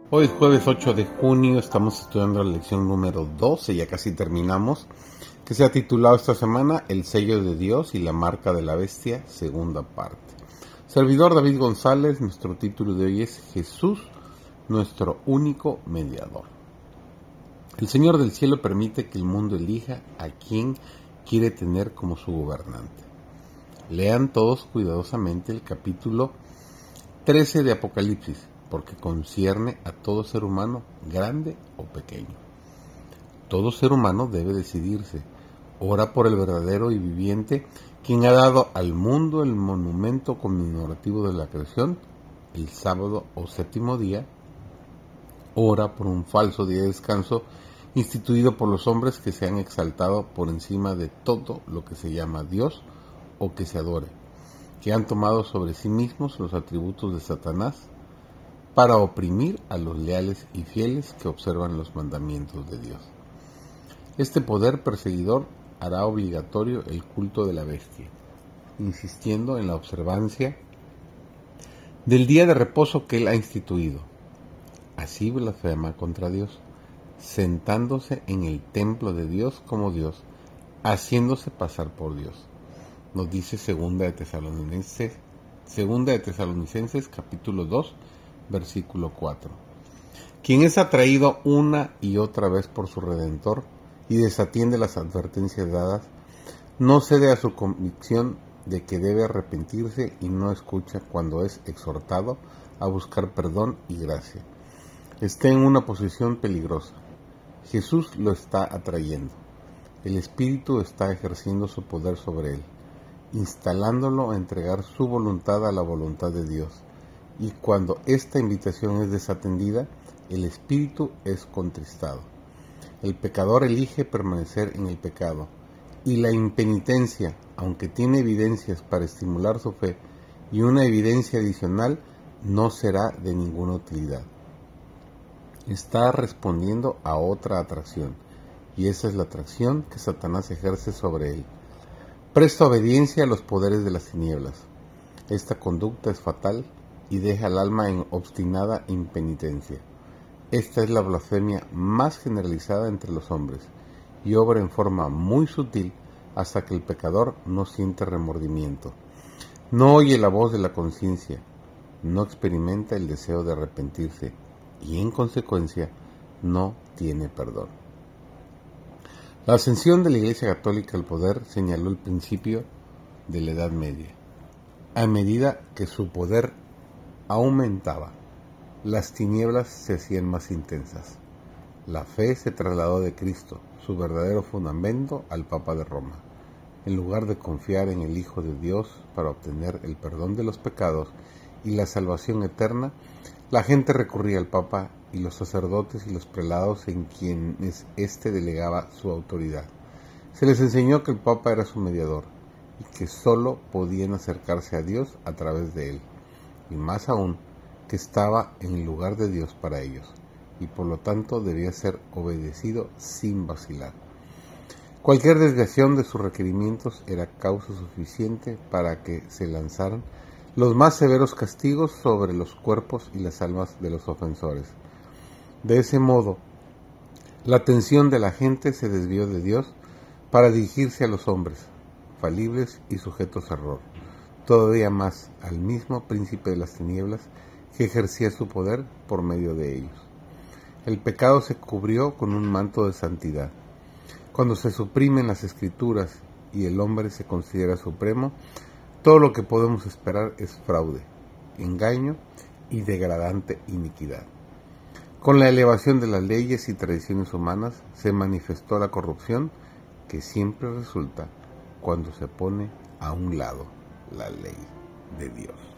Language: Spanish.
Hoy es jueves 8 de junio, estamos estudiando la lección número 12, ya casi terminamos, que se ha titulado esta semana El sello de Dios y la marca de la bestia, segunda parte. Servidor David González, nuestro título de hoy es Jesús, nuestro único mediador. El Señor del cielo permite que el mundo elija a quien quiere tener como su gobernante. Lean todos cuidadosamente el capítulo 13 de Apocalipsis, porque concierne a todo ser humano, grande o pequeño. Todo ser humano debe decidirse. Ora por el verdadero y viviente, quien ha dado al mundo el monumento conmemorativo de la creación, el sábado o séptimo día. Ora por un falso día de descanso instituido por los hombres que se han exaltado por encima de todo lo que se llama Dios o que se adore, que han tomado sobre sí mismos los atributos de Satanás para oprimir a los leales y fieles que observan los mandamientos de Dios. Este poder perseguidor hará obligatorio el culto de la bestia, insistiendo en la observancia del día de reposo que él ha instituido. Así blasfema contra Dios, sentándose en el templo de Dios como Dios, haciéndose pasar por Dios. Nos dice Segunda de Tesalonicenses capítulo 2, versículo 4. Quien es atraído una y otra vez por su Redentor y desatiende las advertencias dadas, no cede a su convicción de que debe arrepentirse y no escucha cuando es exhortado a buscar perdón y gracia. Está en una posición peligrosa. Jesús lo está atrayendo. El Espíritu está ejerciendo su poder sobre él, instalándolo a entregar su voluntad a la voluntad de Dios. Y cuando esta invitación es desatendida, el espíritu es contristado. El pecador elige permanecer en el pecado, y la impenitencia, aunque tiene evidencias para estimular su fe y una evidencia adicional, no será de ninguna utilidad. Está respondiendo a otra atracción, y esa es la atracción que Satanás ejerce sobre él. Presta obediencia a los poderes de las tinieblas. Esta conducta es fatal y deja al alma en obstinada impenitencia. Esta es la blasfemia más generalizada entre los hombres y obra en forma muy sutil hasta que el pecador no siente remordimiento, no oye la voz de la conciencia, no experimenta el deseo de arrepentirse y en consecuencia no tiene perdón. La ascensión de la Iglesia Católica al poder señaló el principio de la Edad Media. A medida que su poder aumentaba, las tinieblas se hacían más intensas. La fe se trasladó de Cristo, su verdadero fundamento, al Papa de Roma. En lugar de confiar en el Hijo de Dios para obtener el perdón de los pecados y la salvación eterna, la gente recurría al Papa y los sacerdotes y los prelados en quienes éste delegaba su autoridad. Se les enseñó que el Papa era su mediador y que sólo podían acercarse a Dios a través de él, y más aún, que estaba en el lugar de Dios para ellos, y por lo tanto debía ser obedecido sin vacilar. Cualquier desviación de sus requerimientos era causa suficiente para que se lanzaran los más severos castigos sobre los cuerpos y las almas de los ofensores. De ese modo, la atención de la gente se desvió de Dios para dirigirse a los hombres, falibles y sujetos a error, todavía más al mismo príncipe de las tinieblas que ejercía su poder por medio de ellos. El pecado se cubrió con un manto de santidad. Cuando se suprimen las escrituras y el hombre se considera supremo, todo lo que podemos esperar es fraude, engaño y degradante iniquidad. Con la elevación de las leyes y tradiciones humanas se manifestó la corrupción que siempre resulta cuando se pone a un lado la ley de Dios.